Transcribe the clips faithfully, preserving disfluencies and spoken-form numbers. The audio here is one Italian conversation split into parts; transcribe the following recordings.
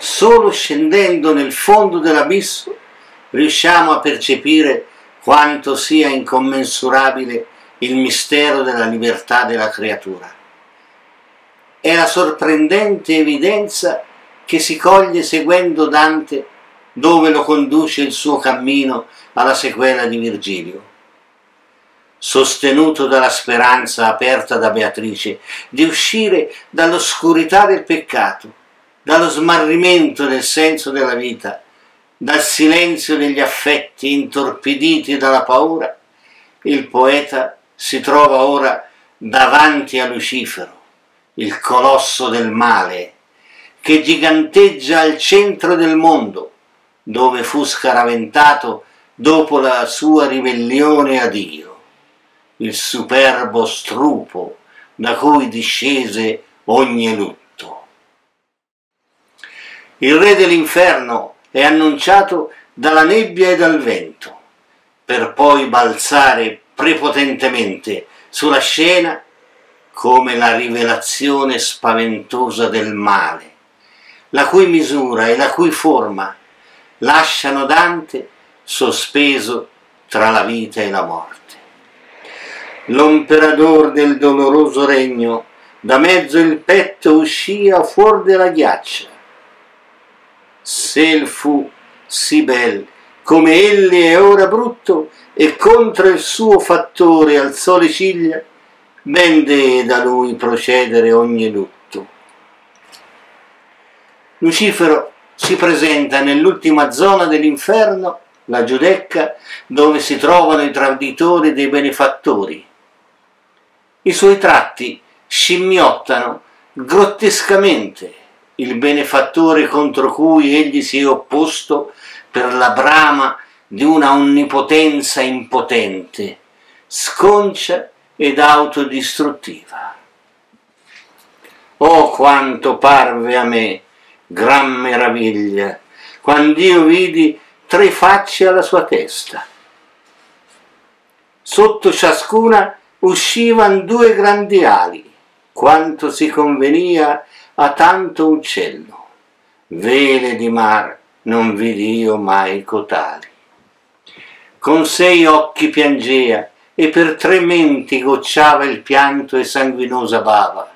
Solo scendendo nel fondo dell'abisso riusciamo a percepire quanto sia incommensurabile il mistero della libertà della creatura. È la sorprendente evidenza che si coglie seguendo Dante dove lo conduce il suo cammino alla sequela di Virgilio. Sostenuto dalla speranza aperta da Beatrice di uscire dall'oscurità del peccato, dallo smarrimento del senso della vita, dal silenzio degli affetti intorpiditi dalla paura, il poeta si trova ora davanti a Lucifero, il colosso del male, che giganteggia al centro del mondo, dove fu scaraventato dopo la sua ribellione a Dio, il superbo strupo da cui discese ogni lutto. Il re dell'inferno è annunciato dalla nebbia e dal vento, per poi balzare prepotentemente sulla scena come la rivelazione spaventosa del male, la cui misura e la cui forma lasciano Dante sospeso tra la vita e la morte. L'imperador del doloroso regno da mezzo il petto uscia fuor della ghiaccia. Se il fu sì bel come egli è ora brutto, e contro il suo fattore alzò le ciglia, ben dee da lui procedere ogni lutto. Lucifero si presenta nell'ultima zona dell'inferno, la Giudecca, dove si trovano i traditori dei benefattori. I suoi tratti scimmiottano grottescamente il benefattore contro cui egli si è opposto per la brama di una onnipotenza impotente, sconcia ed autodistruttiva. Oh, quanto parve a me gran meraviglia quand'io vidi tre facce alla sua testa. Sotto ciascuna uscivan due grandi ali, quanto si convenia a tanto uccello. Vele di mar non vidi io mai cotali. Con sei occhi piangea, e per tre menti gocciava il pianto e sanguinosa bava.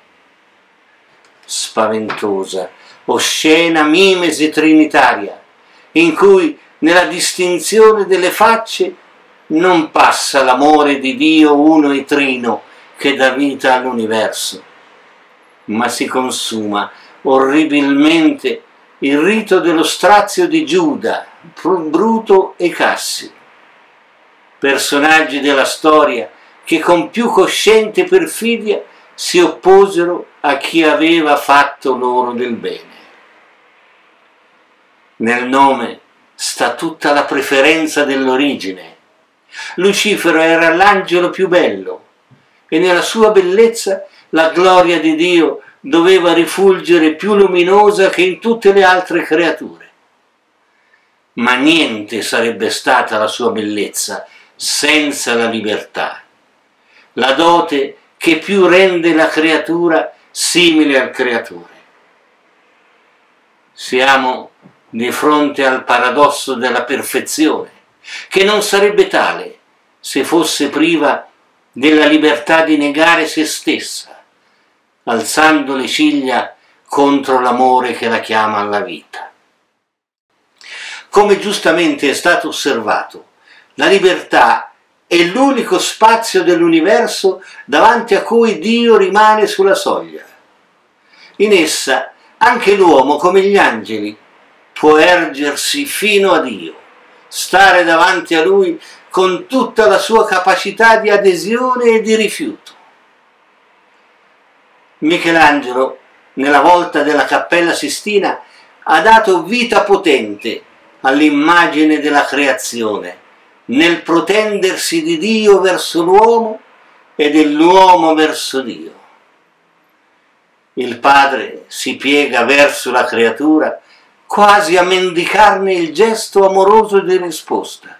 Spaventosa, oscena mimesi trinitaria, in cui nella distinzione delle facce non passa l'amore di Dio uno e trino che dà vita all'universo, ma si consuma orribilmente il rito dello strazio di Giuda, Bruto e Cassio, personaggi della storia che con più cosciente perfidia si opposero a chi aveva fatto loro del bene. Nel nome sta tutta la preferenza dell'origine. Lucifero era l'angelo più bello e nella sua bellezza la gloria di Dio doveva rifulgere più luminosa che in tutte le altre creature. Ma niente sarebbe stata la sua bellezza senza la libertà, la dote che più rende la creatura simile al creatore. Siamo di fronte al paradosso della perfezione, che non sarebbe tale se fosse priva della libertà di negare se stessa, alzando le ciglia contro l'amore che la chiama alla vita. Come giustamente è stato osservato, la libertà è l'unico spazio dell'universo davanti a cui Dio rimane sulla soglia. In essa anche l'uomo, come gli angeli, può ergersi fino a Dio, stare davanti a Lui con tutta la sua capacità di adesione e di rifiuto. Michelangelo, nella volta della Cappella Sistina, ha dato vita potente all'immagine della creazione, nel protendersi di Dio verso l'uomo e dell'uomo verso Dio. Il Padre si piega verso la creatura quasi a mendicarne il gesto amoroso di risposta.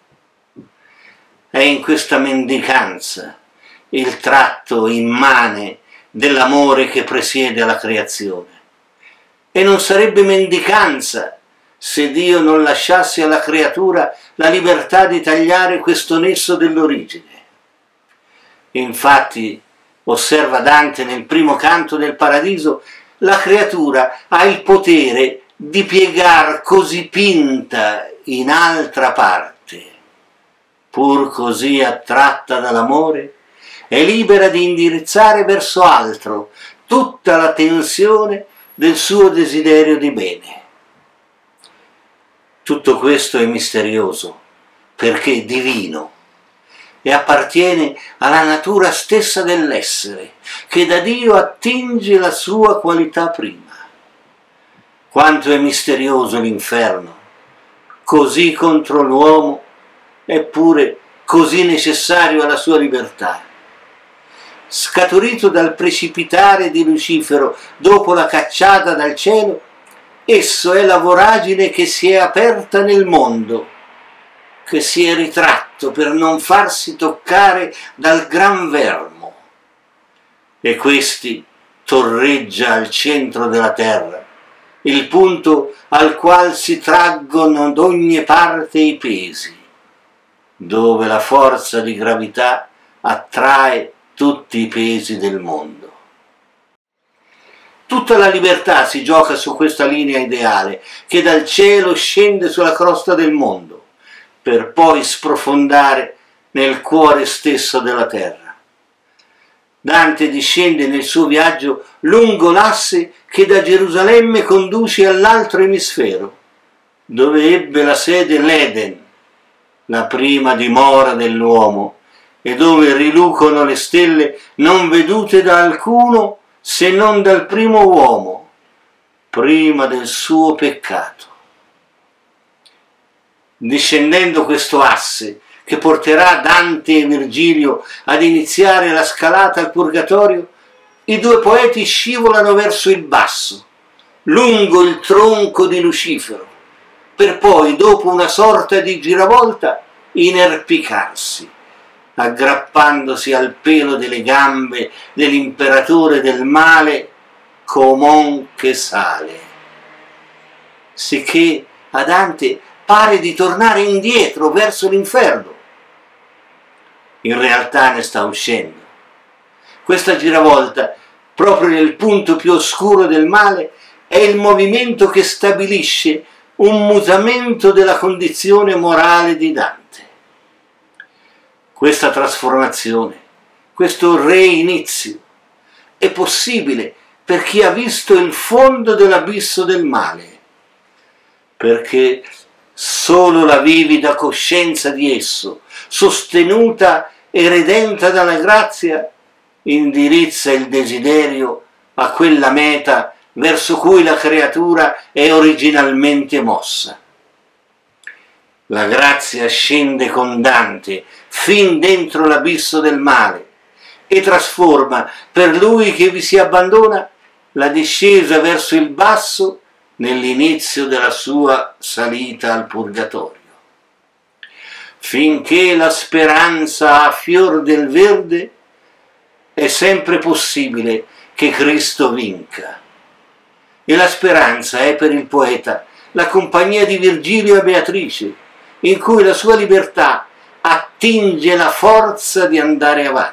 È in questa mendicanza il tratto immane dell'amore che presiede alla creazione. e non sarebbe mendicanza se Dio non lasciasse alla creatura la libertà di tagliare questo nesso dell'origine. Infatti, osserva Dante nel primo canto del Paradiso, la creatura ha il potere di piegar così pinta in altra parte, pur così attratta dall'amore, è libera di indirizzare verso altro tutta la tensione del suo desiderio di bene. Tutto questo è misterioso perché è divino e appartiene alla natura stessa dell'essere, che da Dio attinge la sua qualità prima. Quanto è misterioso l'inferno, così contro l'uomo, eppure così necessario alla sua libertà. Scaturito dal precipitare di Lucifero dopo la cacciata dal cielo, esso è la voragine che si è aperta nel mondo, che si è ritratto per non farsi toccare dal gran vermo, e questi torreggia al centro della terra, il punto al qual si traggono d'ogni parte i pesi, dove la forza di gravità attrae tutti i pesi del mondo. Tutta la libertà si gioca su questa linea ideale che dal cielo scende sulla crosta del mondo, per poi sprofondare nel cuore stesso della terra. Dante discende nel suo viaggio lungo l'asse che da Gerusalemme conduce all'altro emisfero, dove ebbe la sede l'Eden, la prima dimora dell'uomo, e dove rilucono le stelle non vedute da alcuno se non dal primo uomo, prima del suo peccato. Discendendo questo asse che porterà Dante e Virgilio ad iniziare la scalata al Purgatorio, i due poeti scivolano verso il basso, lungo il tronco di Lucifero, per poi, dopo una sorta di giravolta, inerpicarsi, aggrappandosi al pelo delle gambe dell'imperatore del male, Comon che sale. Sicché a Dante pare di tornare indietro verso l'inferno. In realtà ne sta uscendo. Questa giravolta, proprio nel punto più oscuro del male, è il movimento che stabilisce un mutamento della condizione morale di Dante. Questa trasformazione, questo reinizio, è possibile per chi ha visto il fondo dell'abisso del male, perché solo la vivida coscienza di esso, sostenuta e redenta dalla grazia, indirizza il desiderio a quella meta verso cui la creatura è originalmente mossa. La grazia scende con Dante fin dentro l'abisso del male e trasforma per lui che vi si abbandona la discesa verso il basso nell'inizio della sua salita al Purgatorio. Finché la speranza ha fior del verde, è sempre possibile che Cristo vinca. E la speranza è per il poeta la compagnia di Virgilio e Beatrice, in cui la sua libertà attinge la forza di andare avanti.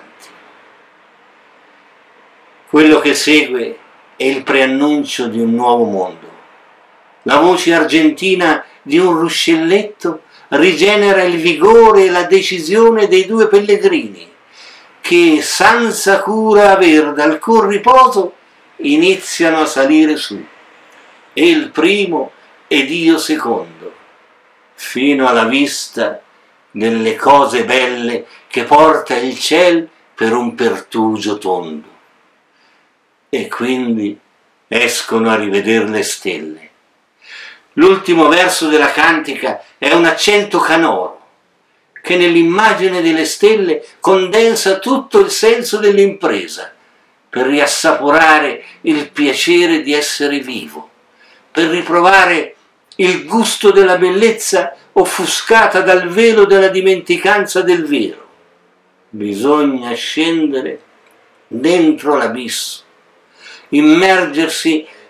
Quello che segue è il preannuncio di un nuovo mondo. La voce argentina di un ruscelletto rigenera il vigore e la decisione dei due pellegrini, che senza cura aver d'alcun riposo iniziano a salire su, e il primo ed io secondo, fino alla vista delle cose belle che porta il ciel per un pertugio tondo. E quindi escono a rivedere le stelle. L'ultimo verso della cantica è un accento canoro, che nell'immagine delle stelle condensa tutto il senso dell'impresa, per riassaporare il piacere di essere vivo, per riprovare il gusto della bellezza offuscata dal velo della dimenticanza del vero. Bisogna scendere dentro l'abisso, immergersi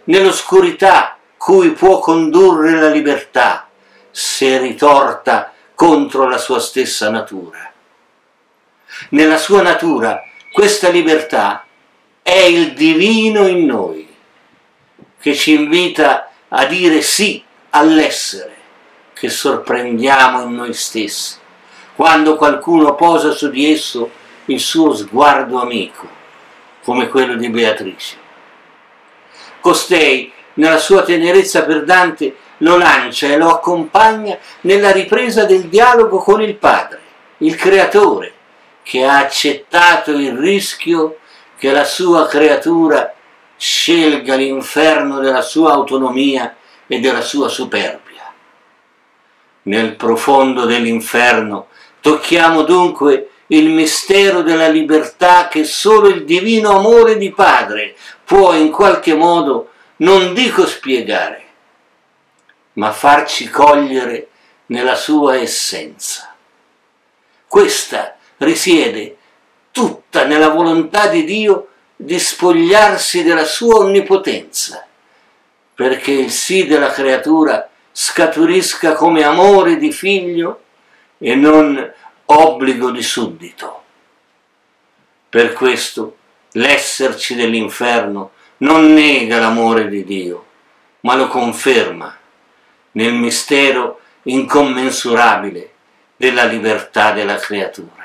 nell'oscurità cui può condurre la libertà se ritorta contro la sua stessa natura. Nella sua natura questa libertà è il divino in noi, che ci invita a dire sì all'essere che sorprendiamo in noi stessi, quando qualcuno posa su di esso il suo sguardo amico, come quello di Beatrice. Costei, nella sua tenerezza per Dante, lo lancia e lo accompagna nella ripresa del dialogo con il Padre, il Creatore, che ha accettato il rischio che la sua creatura scelga l'inferno della sua autonomia e della sua superbia. Nel profondo dell'inferno tocchiamo dunque il mistero della libertà che solo il divino amore di Padre può in qualche modo, non dico spiegare, ma farci cogliere nella sua essenza. Questa risiede tutta nella volontà di Dio di spogliarsi della sua onnipotenza, perché il sì della creatura scaturisca come amore di figlio e non obbligo di suddito. Per questo l'esserci dell'inferno non nega l'amore di Dio, ma lo conferma nel mistero incommensurabile della libertà della creatura.